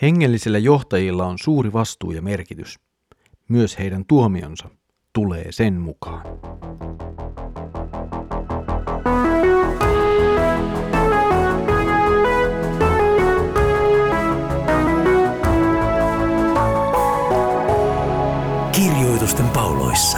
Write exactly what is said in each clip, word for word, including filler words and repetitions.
Hengellisillä johtajilla on suuri vastuu ja merkitys. Myös heidän tuomionsa tulee sen mukaan. Kirjoitusten pauloissa.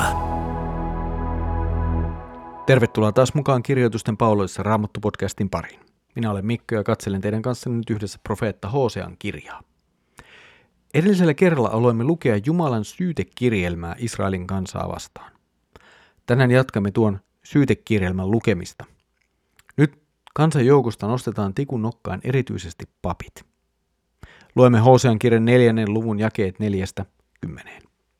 Tervetuloa taas mukaan Kirjoitusten pauloissa Raamattu-podcastin pariin. Minä olen Mikko ja katselen teidän kanssanne nyt yhdessä profeetta Hosean kirjaa. Edellisellä kerralla aloimme lukea Jumalan syytekirjelmää Israelin kansaa vastaan. Tänään jatkamme tuon syytekirjelmän lukemista. Nyt kansan joukosta nostetaan tikun nokkaan erityisesti papit. Luemme Hosean kirjan neljännen luvun jakeet neljästä kymmeneen.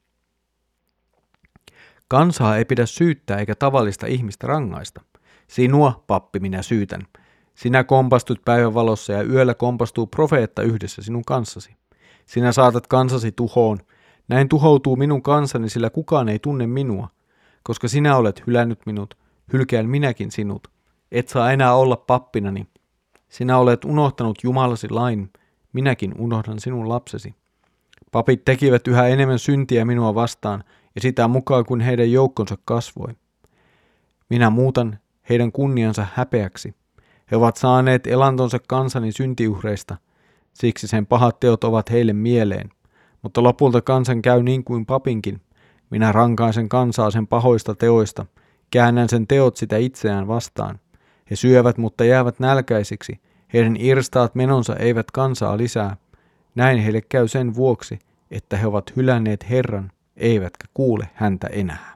Kansaa ei pidä syyttää eikä tavallista ihmistä rangaista. Sinua, pappi, minä syytän. Sinä kompastut päivänvalossa ja yöllä kompastuu profeetta yhdessä sinun kanssasi. Sinä saatat kansasi tuhoon. Näin tuhoutuu minun kansani, sillä kukaan ei tunne minua. Koska sinä olet hylännyt minut, hylkään minäkin sinut. Et saa enää olla pappinani. Sinä olet unohtanut Jumalasi lain, minäkin unohdan sinun lapsesi. Papit tekivät yhä enemmän syntiä minua vastaan, ja sitä mukaan kuin heidän joukkonsa kasvoi. Minä muutan heidän kunniansa häpeäksi. He ovat saaneet elantonsa kansani syntiuhreista, siksi sen pahat teot ovat heille mieleen. Mutta lopulta kansan käy niin kuin papinkin. Minä rankaisen kansaa sen pahoista teoista, käännän sen teot sitä itseään vastaan. He syövät, mutta jäävät nälkäisiksi. Heidän irstaat menonsa eivät kansaa lisää. Näin heille käy sen vuoksi, että he ovat hylänneet Herran, eivätkä kuule häntä enää.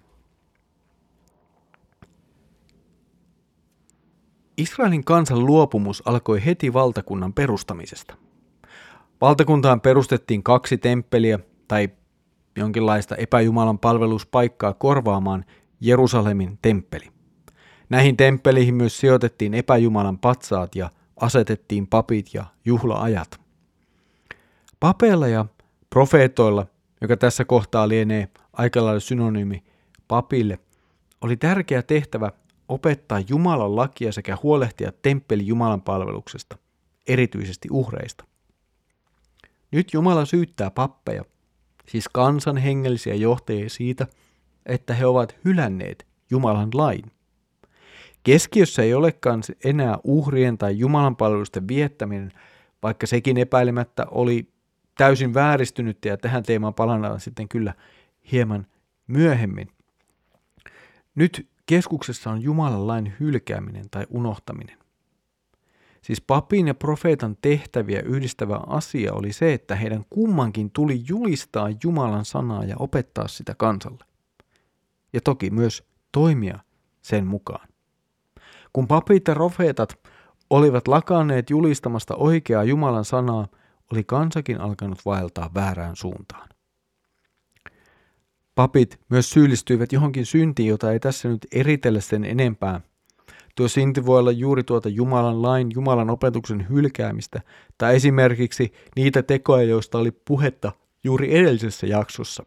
Israelin kansan luopumus alkoi heti valtakunnan perustamisesta. Valtakuntaan perustettiin kaksi temppeliä tai jonkinlaista epäjumalan palveluspaikkaa korvaamaan Jerusalemin temppeli. Näihin temppeliin myös sijoitettiin epäjumalan patsaat ja asetettiin papit ja juhlaajat. Papeilla ja profeetoilla, joka tässä kohtaa lienee aika lailla synonyymi papille, oli tärkeä tehtävä opettaa Jumalan lakia sekä huolehtia temppeli Jumalan palveluksesta, erityisesti uhreista. Nyt Jumala syyttää pappeja, siis kansan hengellisiä johtajia siitä, että he ovat hylänneet Jumalan lain. Keskiössä ei olekaan enää uhrien tai Jumalan palvelusten viettäminen, vaikka sekin epäilemättä oli täysin vääristynyt, ja tähän teemaan palataan sitten kyllä hieman myöhemmin. Nyt keskuksessa on Jumalan lain hylkääminen tai unohtaminen. Siis papin ja profeetan tehtäviä yhdistävä asia oli se, että heidän kummankin tuli julistaa Jumalan sanaa ja opettaa sitä kansalle. Ja toki myös toimia sen mukaan. Kun papit ja profeetat olivat lakanneet julistamasta oikeaa Jumalan sanaa, oli kansakin alkanut vaeltaa väärään suuntaan. Papit myös syyllistyivät johonkin syntiin, jota ei tässä nyt eritellä sen enempää. Tuo synti voi olla juuri tuota Jumalan lain, Jumalan opetuksen hylkäämistä, tai esimerkiksi niitä tekoja, joista oli puhetta juuri edellisessä jaksossa.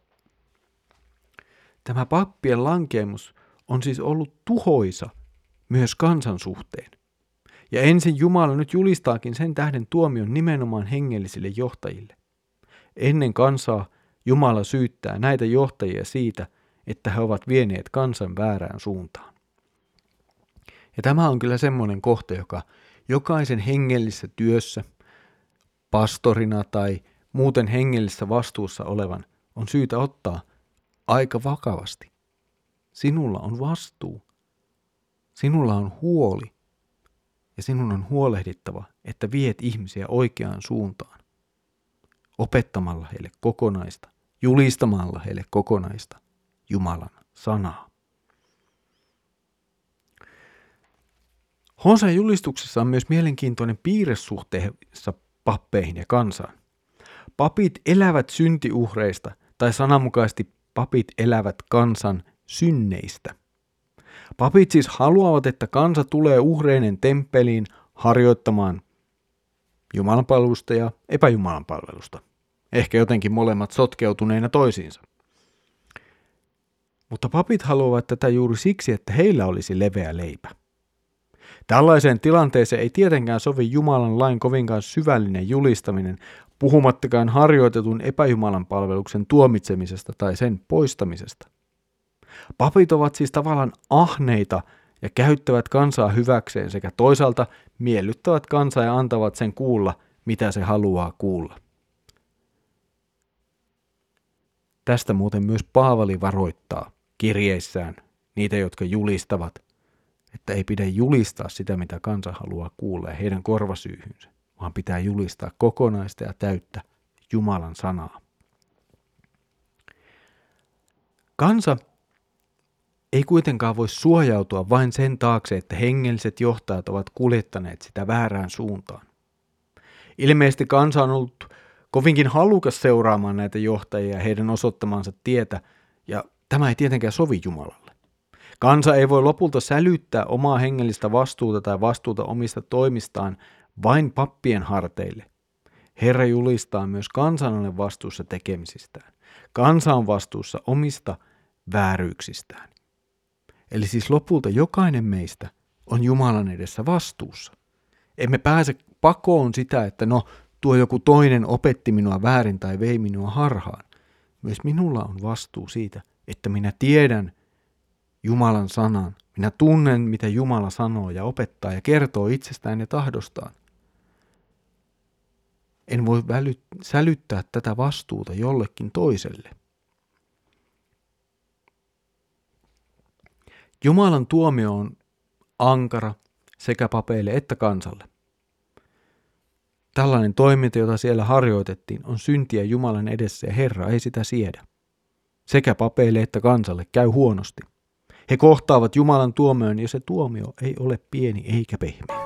Tämä pappien lankeemus on siis ollut tuhoisa myös kansan suhteen. Ja ensin Jumala nyt julistaakin sen tähden tuomion nimenomaan hengellisille johtajille. Ennen kansaa Jumala syyttää näitä johtajia siitä, että he ovat vieneet kansan väärään suuntaan. Ja tämä on kyllä semmoinen kohta, joka jokaisen hengellisessä työssä, pastorina tai muuten hengellisessä vastuussa olevan on syytä ottaa aika vakavasti. Sinulla on vastuu. Sinulla on huoli. Ja sinun on huolehdittava, että viet ihmisiä oikeaan suuntaan. Opettamalla heille kokonaista, julistamalla heille kokonaista Jumalan sanaa. Hosean julistuksessa on myös mielenkiintoinen piirre suhteessa pappeihin ja kansaan. Papit elävät syntiuhreista, tai sananmukaisesti papit elävät kansan synneistä. Papit siis haluavat, että kansa tulee uhreinen temppeliin harjoittamaan jumalanpalvelusta ja epäjumalanpalvelusta. Ehkä jotenkin molemmat sotkeutuneina toisiinsa. Mutta papit haluavat tätä juuri siksi, että heillä olisi leveä leipä. Tällaiseen tilanteeseen ei tietenkään sovi Jumalan lain kovinkaan syvällinen julistaminen, puhumattakaan harjoitetun epäjumalan palveluksen tuomitsemisesta tai sen poistamisesta. Papit ovat siis tavallaan ahneita ja käyttävät kansaa hyväkseen sekä toisaalta miellyttävät kansaa ja antavat sen kuulla, mitä se haluaa kuulla. Tästä muuten myös Paavali varoittaa kirjeissään niitä, jotka julistavat, että ei pidä julistaa sitä, mitä kansa haluaa kuulla ja heidän korvasyyhynsä, vaan pitää julistaa kokonaista ja täyttä Jumalan sanaa. Kansa ei kuitenkaan voi suojautua vain sen taakse, että hengelliset johtajat ovat kuljettaneet sitä väärään suuntaan. Ilmeisesti kansa on ollut kovinkin halukas seuraamaan näitä johtajia ja heidän osoittamansa tietä, ja tämä ei tietenkään sovi Jumalalle. Kansa ei voi lopulta sälyttää omaa hengellistä vastuuta tai vastuuta omista toimistaan vain pappien harteille. Herra julistaa myös kansan ole vastuussa tekemisistään. Kansa on vastuussa omista vääryyksistään. Eli siis lopulta jokainen meistä on Jumalan edessä vastuussa. Emme pääse pakoon sitä, että no tuo joku toinen opetti minua väärin tai vei minua harhaan. Myös minulla on vastuu siitä, että minä tiedän Jumalan sanan. Minä tunnen, mitä Jumala sanoo ja opettaa ja kertoo itsestään ja tahdostaan. En voi väly- sälyttää tätä vastuuta jollekin toiselle. Jumalan tuomio on ankara sekä papeille että kansalle. Tällainen toiminta, jota siellä harjoitettiin, on syntiä Jumalan edessä ja Herra ei sitä siedä. Sekä papeille että kansalle käy huonosti. He kohtaavat Jumalan tuomion ja se tuomio ei ole pieni eikä pehmeä.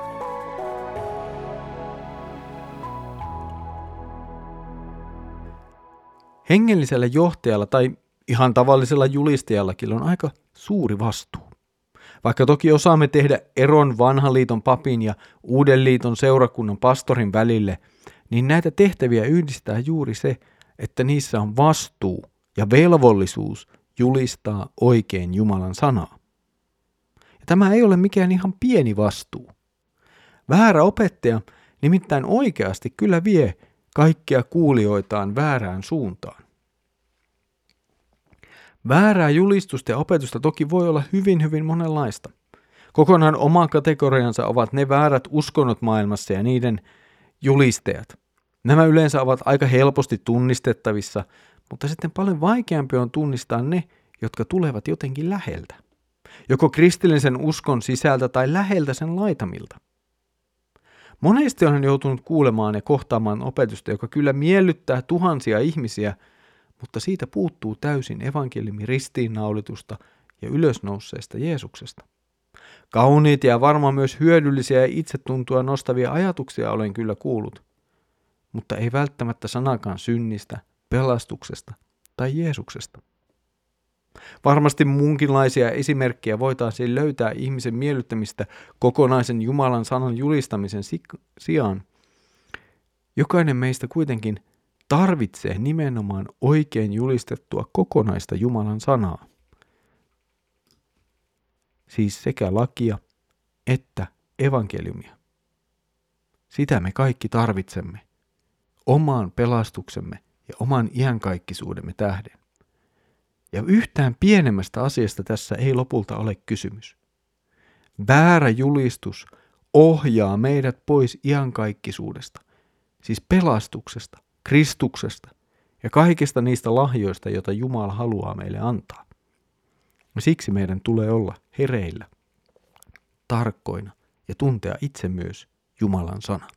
Hengellisellä johtajalla tai ihan tavallisella julistajallakin on aika suuri vastuu. Vaikka toki osaamme tehdä eron vanhan liiton papin ja uuden liiton seurakunnan pastorin välille, niin näitä tehtäviä yhdistää juuri se, että niissä on vastuu ja velvollisuus julistaa oikein Jumalan sanaa. Ja tämä ei ole mikään ihan pieni vastuu. Väärä opettaja nimittäin oikeasti kyllä vie kaikkia kuulijoitaan väärään suuntaan. Väärää julistusta ja opetusta toki voi olla hyvin hyvin monenlaista. Kokonaan oma kategoriansa ovat ne väärät uskonnot maailmassa ja niiden julistajat. Nämä yleensä ovat aika helposti tunnistettavissa, mutta sitten paljon vaikeampi on tunnistaa ne, jotka tulevat jotenkin läheltä. Joko kristillisen uskon sisältä tai läheltä sen laitamilta. Monesti olen joutunut kuulemaan ja kohtaamaan opetusta, joka kyllä miellyttää tuhansia ihmisiä, mutta siitä puuttuu täysin evankeliumi ristiinnaulitusta ja ylösnousseesta Jeesuksesta. Kauniita ja varmaan myös hyödyllisiä ja itsetuntoa nostavia ajatuksia olen kyllä kuullut, mutta ei välttämättä sanakaan synnistä, pelastuksesta tai Jeesuksesta. Varmasti muunkinlaisia esimerkkejä voitaisiin löytää ihmisen miellyttämistä kokonaisen Jumalan sanan julistamisen sijaan. Jokainen meistä kuitenkin tarvitsee nimenomaan oikein julistettua kokonaista Jumalan sanaa. Siis sekä lakia että evankeliumia. Sitä me kaikki tarvitsemme omaan pelastuksemme ja oman iankaikkisuudemme tähden. Ja yhtään pienemmästä asiasta tässä ei lopulta ole kysymys. Väärä julistus ohjaa meidät pois iankaikkisuudesta, siis pelastuksesta, Kristuksesta ja kaikista niistä lahjoista, joita Jumala haluaa meille antaa. Ja siksi meidän tulee olla hereillä, tarkkoina ja tuntea itse myös Jumalan sana.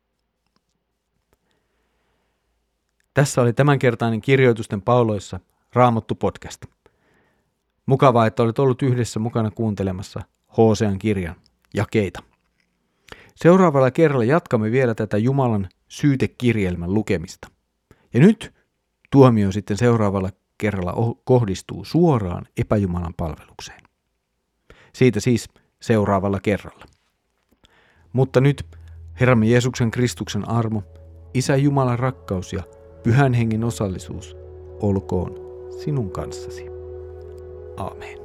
Tässä oli tämänkertainen Kirjoitusten pauloissa Raamattu podcast. Mukavaa, että olet ollut yhdessä mukana kuuntelemassa Hosean kirjan jakeita. Seuraavalla kerralla jatkamme vielä tätä Jumalan syytekirjelmän lukemista. Ja nyt tuomio sitten seuraavalla kerralla kohdistuu suoraan epäjumalan palvelukseen. Siitä siis seuraavalla kerralla. Mutta nyt Herramme Jeesuksen Kristuksen armo, Isä Jumalan rakkaus ja Pyhän Hengen osallisuus olkoon sinun kanssasi. Aamen.